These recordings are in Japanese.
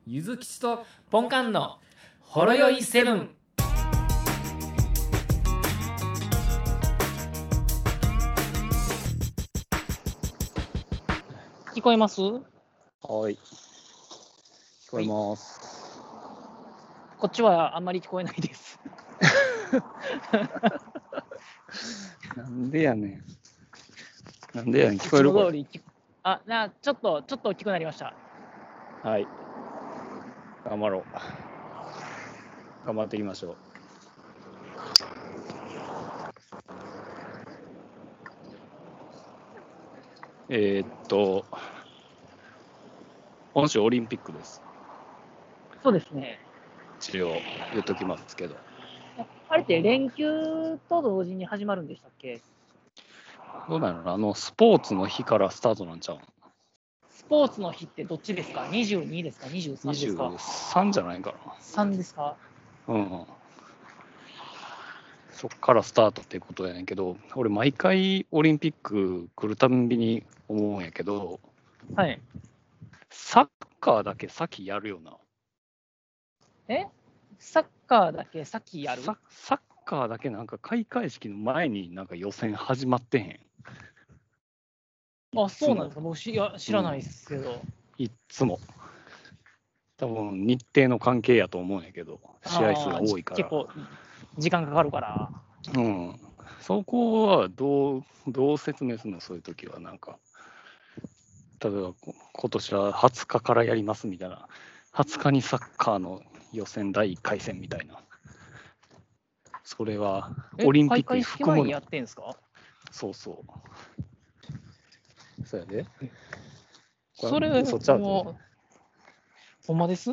ゆずきちとポンカンのほろよいセブン。 聞こえます？ はい。聞こえます。 こっちはあんまり聞こえないです。 なんでやねん。聞こえるこれ。 いつも通りちょっと大きくなりました。 はい。頑張ろう。頑張っていきましょう。今週オリンピックです。 そうですね。 一応言っときますけど。 あれって連休と同時に始まるんでしたっけ？ どうなの？スポーツの日からスタートなんちゃうの？ スポーツの日ってどっちですか？22ですか？ 23 ですか？ 23じゃないか 3ですか？ な。うん。そっからスタートっていうことやねんけど、俺毎回オリンピック来るたんびに思うんやけど、 はい。 サッカーだけ先やるよな。 サッカーだけ先やる？ サッカーだけなんか開会式の前になんか予選始まってへん。 あ、そうなんですか？僕知らないですけど。 いっつも。多分日程の関係やと思うんやけど、試合数が多いから。 結構時間かかるから。 うん。そこはどう説明するの？そういう時はなんか、例えば今年は20日からやりますみたいな。20日にサッカーの予選第1回戦みたいな。それはオリンピックに含むの？ 開会式前にやってんすか？ そうそう。そうやで。 それ嘘ちゃうで。 もほんまです？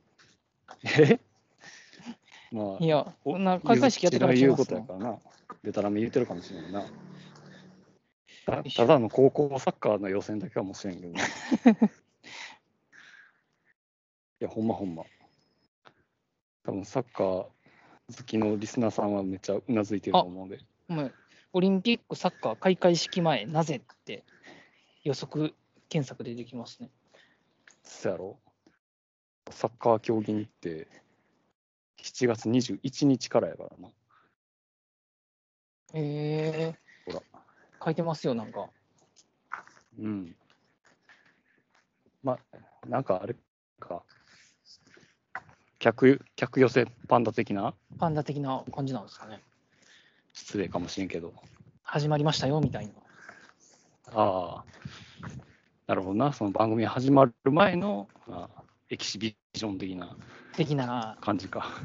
まあ、 いや、こんな開会式やってから言う来ますの？ ことやからな。でたらめ言ってるかもしれんな。ただの高校サッカーの予選だけかもしれんけどね。いや、ほんま。多分サッカー好きのリスナーさんはめっちゃうなずいてると思うんで。 オリンピックサッカー開会式前なぜって予測検索でできますね。 そうやろ？サッカー競技日って7月21日からやからな。ほら。 書いてますよ、なんか。 うん。まあ、なんかあれか。客寄せパンダ的な感じなんですかね。 失礼かもしれんけど。 始まりましたよみたいな。 ああ、なるほどな。その番組始まる前の、エキシビジョン的な感じか。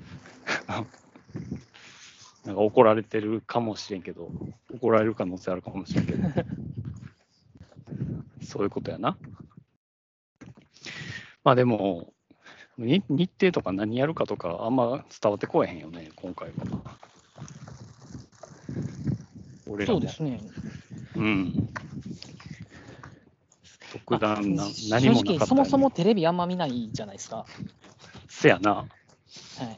なんか怒られてるかもしれんけど、怒られる可能性あるかもしれんけど、そういうことやな。まあでも、日程とか何やるかとかあんま伝わってこえへんよね、今回は。俺らも。 そうですね。 うん。特段何もなかった、 正直、そもそもテレビあんま見ないじゃないですか。 せやな。 はい。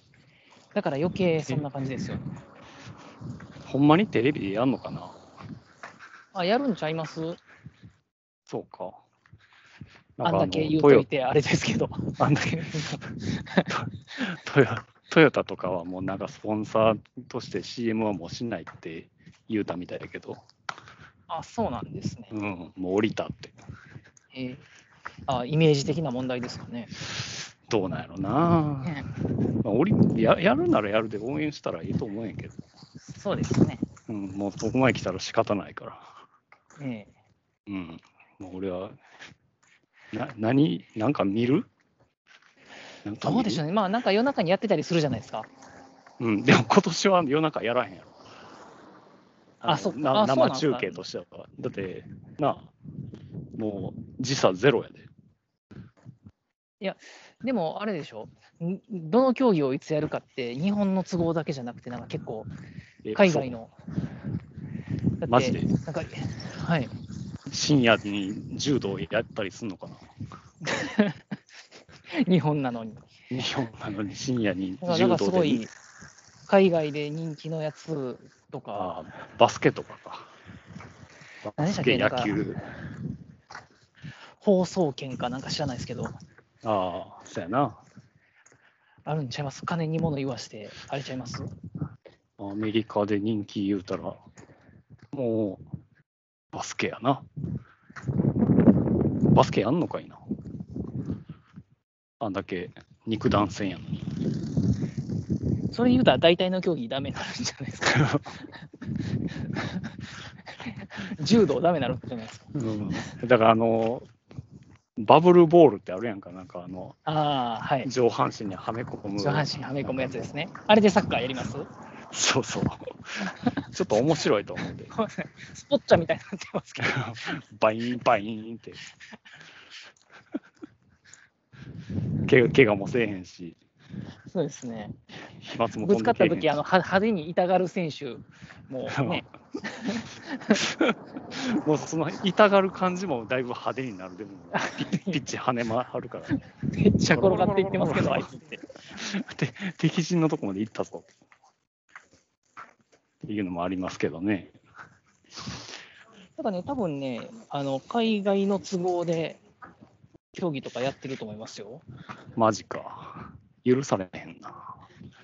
だから余計そんな感じですよね。 ほんまにテレビでやんのかな？ やるんちゃいます？ そうか。 あんだけ言うといてあれですけど。 あんだけトヨタとかはもうなんかスポンサーとして CM はもうしないって言うたみたいだけど。 そうなんですね。 うん、もう降りたって。 イメージ的な問題ですかね。 どうなんやろな。やるならやるで応援したらいいと思うんやけど。 そうですね。 うん、もうそこまで来たら仕方ないから。うん、もう俺はなんか見る？ どうでしょうね。まあなんか夜中にやってたりするじゃないですか。 うん、でも今年は夜中やらへんやろ。 そっか。 生中継としては。だってもう時差ゼロやで。 いや、でもあれでしょ。どの競技をいつやるかって日本の都合だけじゃなくて、なんか結構海外の。 マジで？ なんか、はい。 深夜に柔道やったりすんのかな？ 日本なのに深夜に柔道で。 なんかすごい海外で人気のやつとか。 バスケとかか。 何でしたっけ？ 野球。 放送権かなんか知らないですけど。 ああ、そうやな。 あるんちゃいます？金に物言わして、あれちゃいます？ アメリカで人気言うたら、もう、バスケやな。バスケやんのかいな。あんだけ肉弾戦やのに。 それ言うたら大体の競技ダメになるんじゃないですか。柔道ダメになるんじゃないですか。 だからバブルボールってあるやんか、なんかはい。 上半身にはめ込む。 上半身はめ込むやつですね。あれでサッカーやります？ そうそう。ちょっと面白いと思って。 スポッチャみたいになってますけど。 バインバインって。怪我もせえへんし。 そうですね。 飛沫もぶつかった時派手に痛がる選手もね。 もうその痛がる感じもだいぶ派手になるでもピッチ跳ね回るから、ね、 めっちゃ転がっていってますけどあいつって敵陣のとこまで行ったぞっていうのもありますけどね。 ただね、多分ね、海外の都合で競技とかやってると思いますよ。 マジか。許されへんな。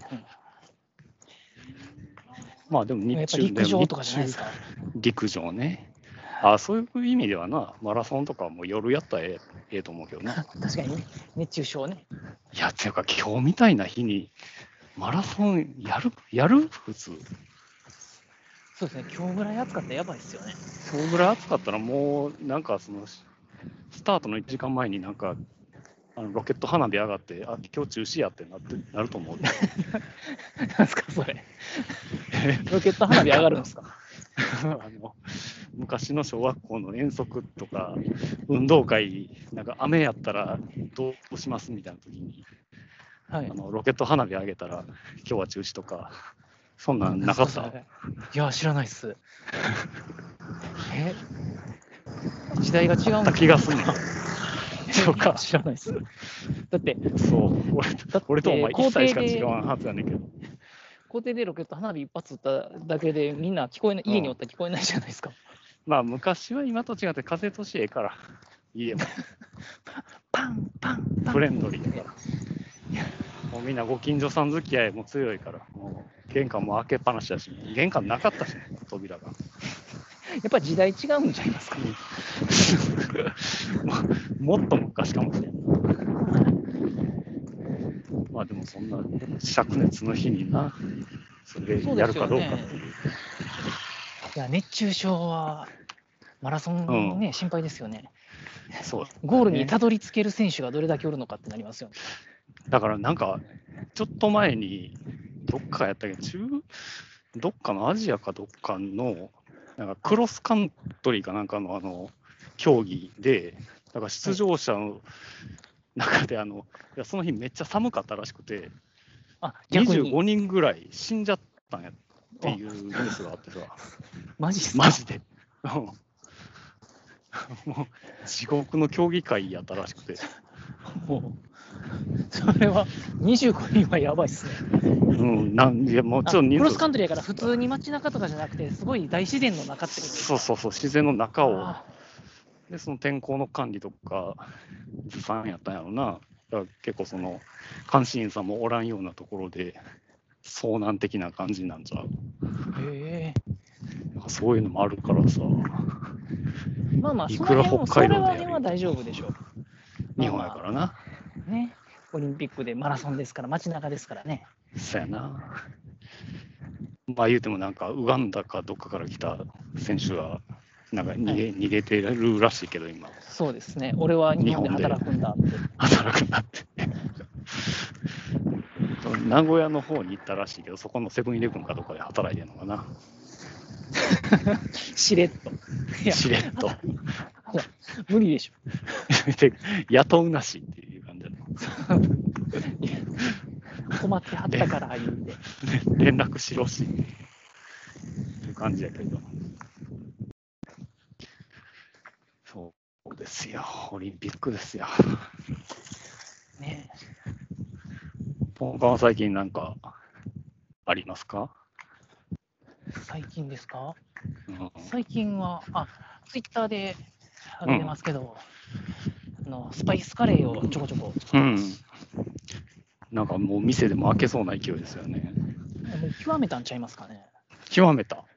まあでもやっぱ陸上とかじゃないですか。 陸上ね。あ、そういう意味ではな、マラソンとかも夜やったらええと思うけどな。 確かにね、熱中症ね。 いや、っていうか今日みたいな日にマラソンやる普通。 そうですね、今日ぐらい暑かったらやばいですよね。 今日ぐらい暑かったらもうなんかスタートの1時間前になんかロケット花火上がって、あ、今日中止やってなると思う。 なんすか、それ。ロケット花火上がるんですか？ 昔の小学校の遠足とか、運動会、なんか雨やったらどうしますみたいな時に、 はい、 ロケット花火上げたら、今日は中止とか、そんなんなかった？ いや、知らないっす。時代が違うんだ気がすんねん。そうか。 知らないっす。だって、 そう、俺とお前一切しか違わんはずやねんけど。 校庭でロケット花火一発撃っただけでみんな家におったら聞こえないじゃないですか。 まあ昔は今と違って風通しええから、家も。 パンパンパン。 フレンドリーだから。もうみんなご近所さん付き合いも強いから、もう玄関も開けっぱなしだし、玄関なかったし、ね、扉が。 やっぱり時代違うんちゃいますか？ もっと昔かもしれんな。まあでもそんな灼熱の日にな、それやるかどうかっていう。 いや、熱中症はマラソンね、心配ですよね。 そう、ね。 ゴールにたどり着ける選手がどれだけおるのかってなりますよね。 だからなんか、ちょっと前に、どっかやったけど、どっかのアジアかどっかの、なんかクロスカントリーかなんかの競技で、だから出場者の中でいやその日めっちゃ寒かったらしくて、25人ぐらい死んじゃったんやっていうニュースがあってさ、 マジっすか？ マジで。もう地獄の競技会やったらしくて。 それは25人はやばいっすね。 いやもうちょっとクロスカントリーやから普通に街中とかじゃなくて、すごい大自然の中ってことですか？ そう、自然の中を。で、その天候の管理とか、ずさんやったんやろな。だから結構監視員さんもおらんようなところで、遭難的な感じなんちゃう。そういうのもあるからさ。 まあまあ、 いくら北海道でやる。 それは大丈夫でしょう。 日本やからな。 ね。オリンピックでマラソンですから、街中ですからね。 そうやな。まあ言うてもなんか、ウガンダかどっかから来た選手が、なんか逃げてるらしいけど、今。 そうですね。俺は日本で働くんだって。 働くんだって。名古屋の方に行ったらしいけど、そこのセブンイレブンかどっかで働いてるのかな。 しれっと。 しれっと。 無理でしょ。 雇うなしっていう感じだ困ってはったから言うて。 連絡しろしっていう感じやけど。そうですよ。オリンピックですよ。 ね。 ポンカンは最近なんかありますか？ 最近ですか？ うん、 最近は、ツイッターで上げてますけど、 スパイスカレーをちょこちょこ作うってます。 なんかもう店でも開けそうな勢いですよね。 もう極めたんちゃいますかね。 極めた。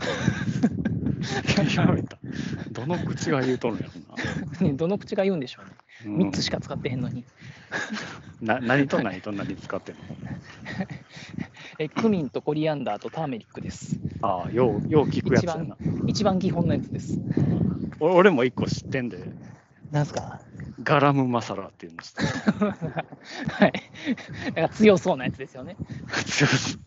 極めた。どの口が言うとるんやろね、どの口が言うんでしょうね。 な。うん 3つしか使ってへんのに。 何と何と何使ってんの？ クミンとコリアンダーとターメリックです。 ああ、よう聞くやつやな。 一番基本のやつです。 俺も一個知ってんで、 なんすか？ ガラムマサラっていうの知ってる。 はい。なんか強そうなやつですよね。 強そう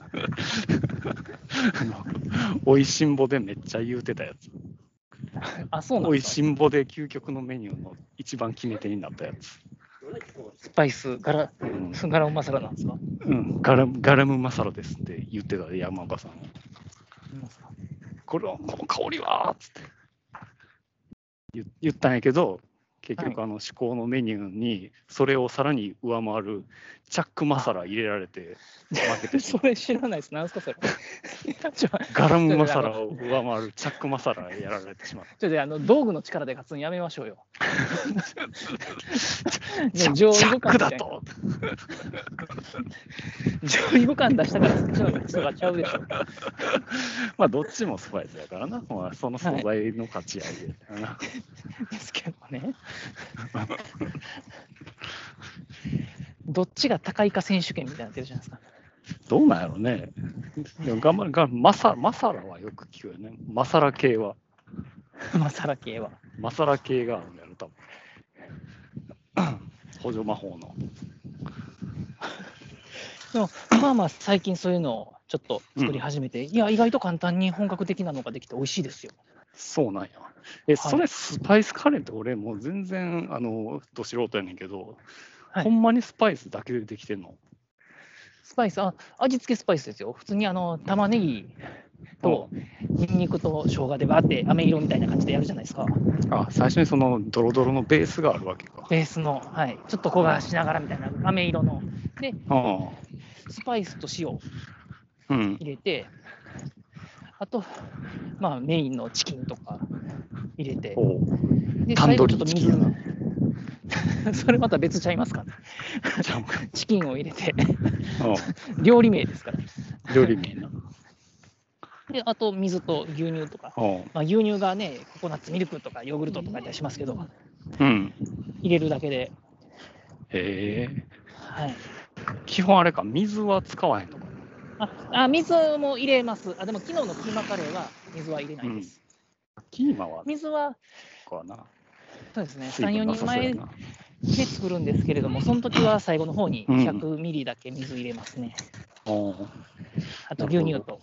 おいしんぼでめっちゃ言うてたやつ。 あ、そうなんおいですか。 しんぼで究極のメニューの一番決め手になったやつ。 スパイス、ガラムマサラなんですか？ ガラムマサラですって言ってたで、山岡さん。この香りはっつって言ったんやけど、結局至高のメニューにそれをさらに上回るチャックマサラ入れられて負けてしまそれ知らないです。なんすかそれ。 ガラムマサラを上回るチャックマサラやられてしまった。 道具の力で勝つのやめましょうよ。 チャックだと。 上位互換出したから好きな人がちゃうでしょ。 まあどっちもスパイスやからな、まあ、その素材の価値ありやな。 ですけどね。どっちが高いか選手権みたいになってるじゃないですか。 どうなんやろね。でもマサラはよく聞くよね。マサラ系は。 マサラ系は。 マサラ系があるんやろ、多分。補助魔法の。 でもまあ最近そういうのをちょっと作り始めて、いや意外と簡単に本格的なのができて美味しいですよ。 そうなんや。それスパイスカレーって俺もう全然ど素人やねんけど、ほんまにスパイスだけでできてんの？ スパイス、味付けスパイスですよ。普通に玉ねぎとニンニクと生姜でバーって飴色みたいな感じでやるじゃないですか。 最初にそのドロドロのベースがあるわけか。 ベースの、はい、ちょっと焦がしながらみたいな飴色の。で、スパイスと塩入れて、あと、まあメインのチキンとか入れて、で、最後ちょっと水それまた別ちゃいますかね。チキンを入れて、料理名ですから。 料理名な。 で、あと水と牛乳とか、まあ、牛乳がね、ココナッツミルクとかヨーグルトとか出しますけど、入れるだけで。はい。 基本あれか、水は使わへんのか水も入れます。でも昨日のキーマカレーは水は入れないです。 キーマは水は、 な。 そうですね、3、4人前で作るんですけれども、その時は最後の方に100ミリだけ水入れますね。あと牛乳と。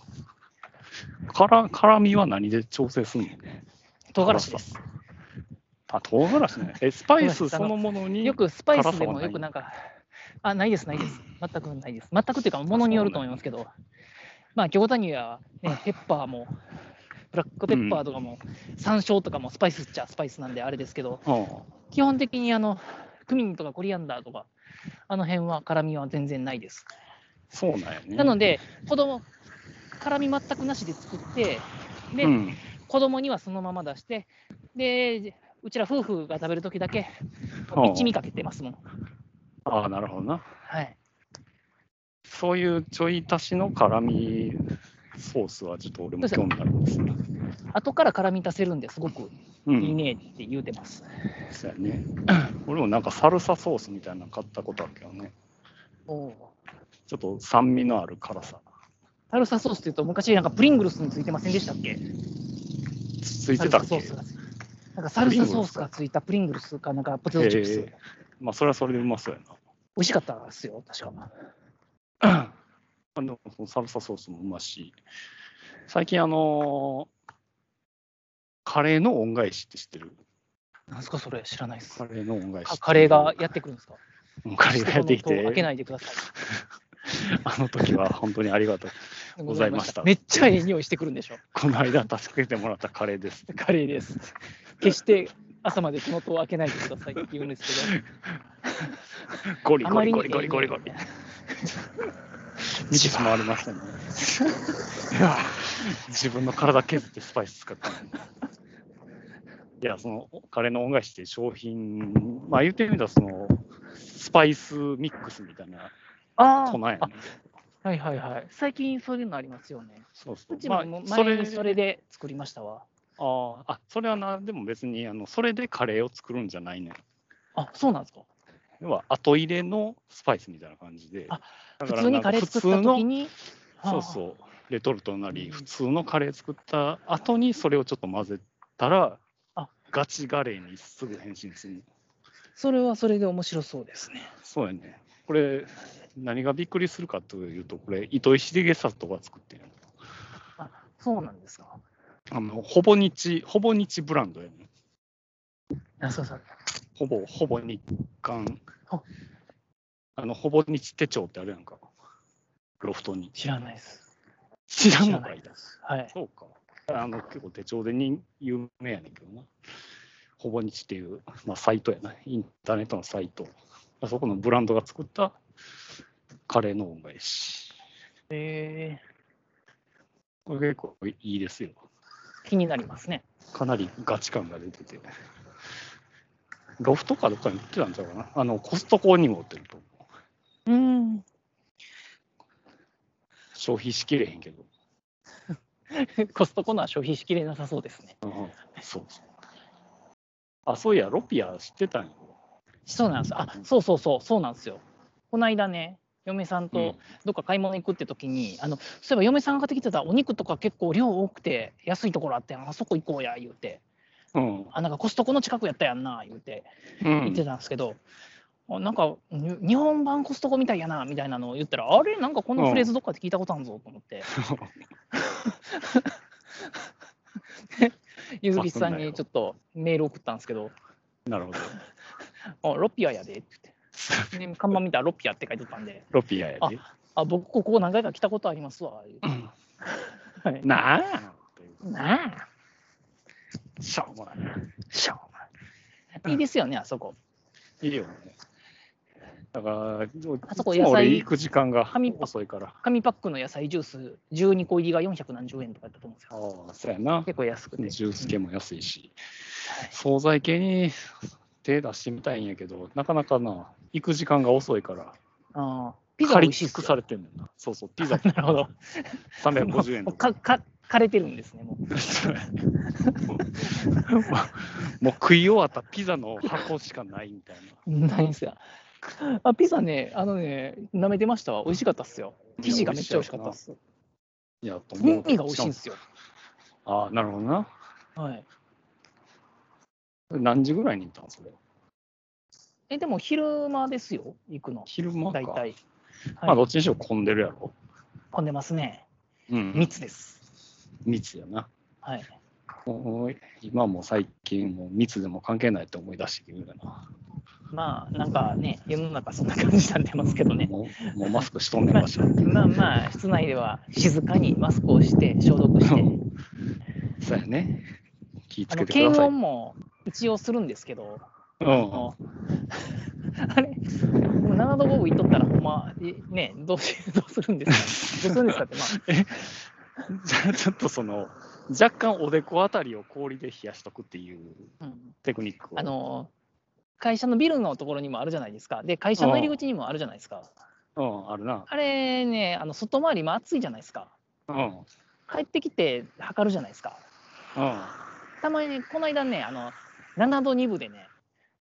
辛みは何で調整するの？ 唐辛子です。 唐辛子ね。スパイスそのものによくスパイスでもよくなんか、ないです。全くないです。全くっていうか、ものによると思いますけど、まあ、京谷は、ね、ペッパーも、ブラックペッパーとかも、山椒とかもスパイスっちゃスパイスなんであれですけど、基本的にクミンとかコリアンダーとか、辺は辛みは全然ないです。 そうなんやね。 なので、辛み全くなしで作って、で、子供にはそのまま出して、で、うちら夫婦が食べるときだけ、一味かけてますもん。 なるほどな。 はい。 そういうちょい足しの辛みソースはちょっと俺も興味あるんですね。 後から辛み足せるんですごくいいねって言うてます。 そうやね。俺もなんかサルサソースみたいなの買ったことあるけどね。ちょっと酸味のある辛さ。 サルサソースっていうと昔なんかプリングルスについてませんでしたっけ？ ついてたっけ？ なんかサルサソースがついたプリングルスかなんかポテトチップス。 まあそれはそれでうまそうやな。 美味しかったですよ、確か。 サルサソースもうまし、最近カレーの恩返しって知ってる？ なんすかそれ、知らないです。 カレーの恩返し。 カレーがやってくるんですか？ カレーがやってきて。 開けないでください。 あの時は本当にありがとうございました。 めっちゃいい匂いしてくるんでしょ。 この間助けてもらったカレーです。 カレーです。決して朝までこの戸を開けないでくださいって言うんですけど。 ゴリゴリゴリゴリゴリゴリ。見てしまわれましたね。自分の体削ってスパイス使ったの。 いや、そのカレーの恩返しって商品、まあ言ってみたら、そのスパイスミックスみたいな粉やね。 はいはいはい。最近そういうのありますよね。 そうそう。 うちも前にそれで作りましたわ。 それはな、でも別にそれでカレーを作るんじゃないねん。 あ、そうなんですか。 要は後入れのスパイスみたいな感じで。 あ、普通にカレー作った時に。 そうそう。レトルトなり、普通のカレー作った後にそれをちょっと混ぜたら、ガチカレーにすぐ変身する。 それはそれで面白そうですね。 そうやね。これ、何がびっくりするかというと、これ、糸井重里が作ってる。 あ、そうなんですか。 ほぼ日ブランドやね。 あ、そうそう。 ほぼ日刊。ほぼ日手帳ってあるやんか。ロフトに。 知らないです。 知らんのかい。 はい。 そうか。結構手帳で有名やねんけどな。ほぼ日っていう、まあ、サイトやな。インターネットのサイト。そこのブランドが作ったカレーの恩返し。これ結構いいですよ。 気になりますね。 かなりガチ感が出てて。ロフトかどっかに売ってたんちゃうかな。コストコにも売ってると思う。消費しきれへんけど。 コストコのは消費しきれなさそうですね。 そうそう。そういや、ロピア知ってたんよ。 そうなんです。そうなんですよ。この間ね、嫁さんとどっか買い物行くって時に、そういえば嫁さんが買ってきてたお肉とか結構量多くて安いところあって、あそこ行こうや、言うて。なんかコストコの近くやったやんな、言うて、言ってたんですけど、なんか日本版コストコみたいやな、みたいなのを言ったら、あれなんかこのフレーズどっかで聞いたことあるぞ、と思って。ゆずきさんにちょっとメール送ったんですけど、 なるほど。ロピアやでって言って。看板見たらロピアって書いてたんで。 ロピアやで。 僕ここ何回か来たことありますわ。 なあ。 しょうもない。いいですよね、あそこ。 いいよね。だから、 あそこ野菜行く時間が遅いから。 紙パックの野菜ジュース12個入りが400何十円とかやったと思うんですよ。そうやな。 結構安くて。 ジュース系も安いし。惣菜系に手出してみたいんやけど、なかなかな、行く時間が遅いから。 ピザ美味しいっすよ。 尽くされてんねんな。そうそう、ピザ。 なるほど。 350円とか。枯れてるんですね、もう。 もう食い終わったピザの箱しかないみたいな。 ないんすよ。ピザね、舐めてましたわ。美味しかったっすよ。生地がめっちゃ美味しかったっす。意味が美味しいんですよ。 なるほどな。 はい。 何時ぐらいに行ったんそれ？ でも昼間ですよ、行くの。 昼間か。 大体。 まあ、どっちにしろ混んでるやろ。 混んでますね。密です。 密やな。 はい。 今も最近も密でも関係ないって思い出してくるかな。 まあなんかね、世の中そんな感じになってますけどね。 もうマスクしとんねんかしら。 まあ室内では静かにマスクをして消毒して。 そうやね。気ぃつけてください。 検温も一応するんですけど。あれ、7度5分いっとったらほんまね、どうするんですか。どうするんですかってじゃあちょっと若干おでこあたりを氷で冷やしとくっていうテクニックを。 会社のビルのところにもあるじゃないですか。で、会社の入り口にもあるじゃないですか。 あるな。 あれね、外回りも暑いじゃないですか。帰ってきて測るじゃないですか。たまにね、この間ね、7度2分でね、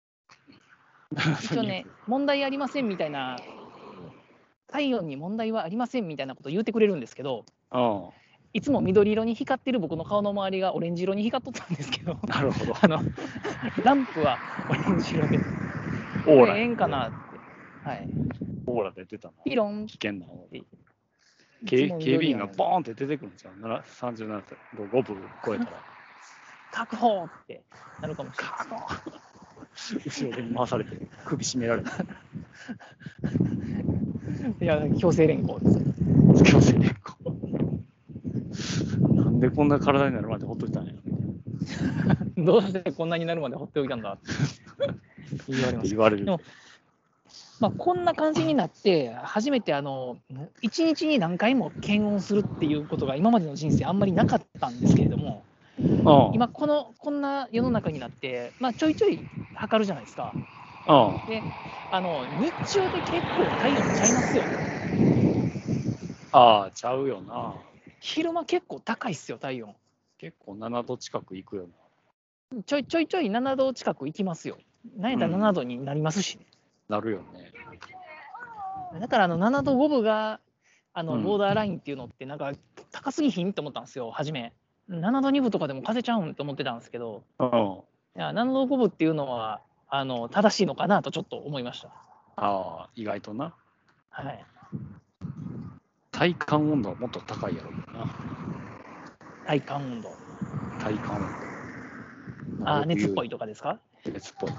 一応ね、問題ありませんみたいな、体温に問題はありませんみたいなことを言ってくれるんですけど、いつも緑色に光ってる僕の顔の周りがオレンジ色に光っとったんですけど、 なるほど。 ランプはオレンジ色で、 オーラええんかなって。はい。 オーラ出てたな。 ピロン。 危険な。警備員がボーンって出てくるんですよ。37度5分超えたら。 確保ってなるかもしれない。 後ろで回されて、首絞められて。 いや、強制連行です。 強制連行。なんでこんな体になるまでほっといたんや。 どうしてこんなになるまでほっておいたんだって言われます。 言われる。でもこんな感じになって初めて一日に何回も検温するっていうことが今までの人生あんまりなかったんですけれども、 今こんな世の中になって、まあ、ちょいちょい測るじゃないですか。で日中で結構体温ちゃいますよ。 ちゃうよな。 昼間結構高いっすよ、体温。 結構7度近くいくよな。ちょい7度近くいきますよ。なんやったら7度になりますし、ねなるよね。 だから7度5分がボーダーラインっていうのってなんか高すぎひんって思ったんですよ、初め。7度2分とかでも風ちゃうんって思ってたんですけど、いや7度5分っていうのは正しいのかなとちょっと思いました。 意外とな。 はい。 体感温度はもっと高いやろうな。 体感温度。熱っぽいとかですか？ 熱っぽい。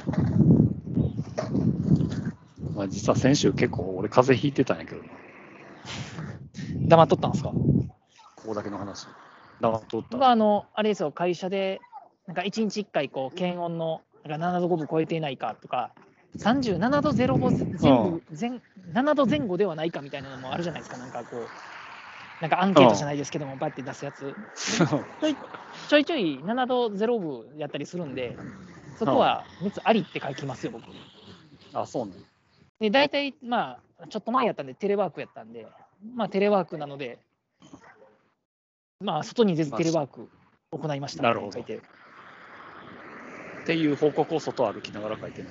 まあ、実は先週結構俺風邪ひいてたんやけどな。 黙っとったんですか？ ここだけの話。黙っとった。 僕はあれですよ、会社でなんか1日1回こう検温のなんか7度5分超えていないかとか、37度0分7度前後ではないかみたいなのもあるじゃないですか。なんかこうなんかアンケートじゃないですけども、バッて出すやつ。ちょいちょい7度0分やったりするんで、そこは熱ありって書きますよ、僕。 そうね。 で、大体、まあ、ちょっと前やったんで、テレワークやったんで、まあ、テレワークなので、まあ、外に出ずテレワーク行いました、 なるほど。っていう報告を外歩きながら書いてる。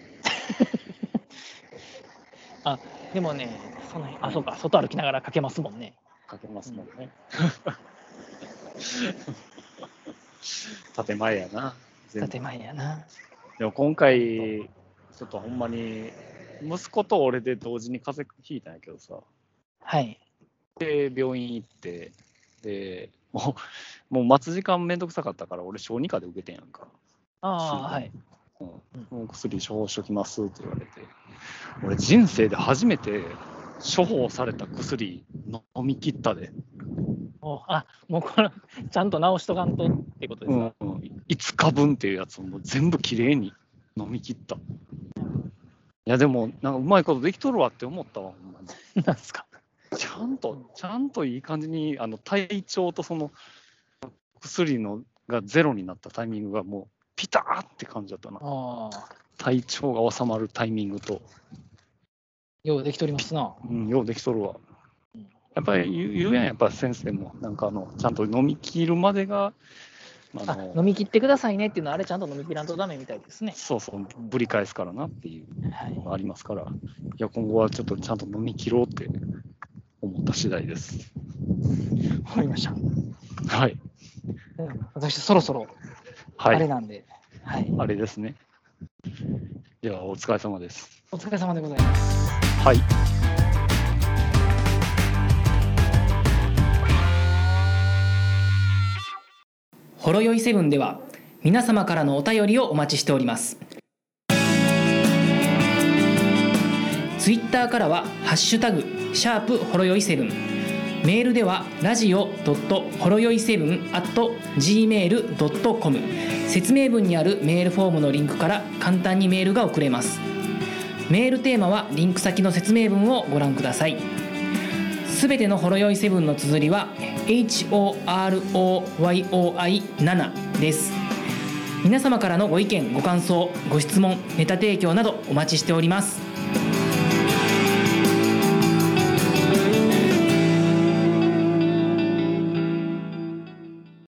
でもね、そうか、外歩きながら書けますもんね。 書けますもんね。建前やな。 建前やな。 でも今回、ちょっとほんまに、息子と俺で同時に風邪ひいたんやけどさ。 はい。 で、病院行って、で、もう待つ時間めんどくさかったから、俺小児科で受けてんやんか。 はい。 もう薬処方しときますって言われて。俺人生で初めて処方された薬飲み切ったで。 もうこれ、ちゃんと治しとかんとってことですか？ 5日分っていうやつをもう全部きれいに飲み切った。いやでもなんかうまいことできとるわって思ったわ。ほんまに。 なんすか？ ちゃんといい感じに体調とその薬がゼロになったタイミングがもうピターって感じだったな。体調が収まるタイミングと。 ようできとりますな。 ようできとるわ。やっぱり言うやん、やっぱ先生もなんかちゃんと飲み切るまでが飲み切ってくださいねっていうのはあれちゃんと飲み切らんとダメみたいですね。 そうぶり返すからなっていうのがありますから、いや今後はちょっとちゃんと飲み切ろうって思った次第です。 わかりました。 はい。 私そろそろあれなんで、 あれですね。ではお疲れ様です。 お疲れ様でございます。 はい。 ほろよい7では皆様からのお便りをお待ちしております。ツイッターからはハッシュタグ#ほろよい7、メールではラジオほろよい7@gmail.com、説明文にあるメールフォームのリンクから簡単にメールが送れます。メールテーマはリンク先の説明文をご覧ください。すべてのほろよい7の綴りは HOROYOI7 です。皆様からのご意見、ご感想、ご質問、ネタ提供などお待ちしております。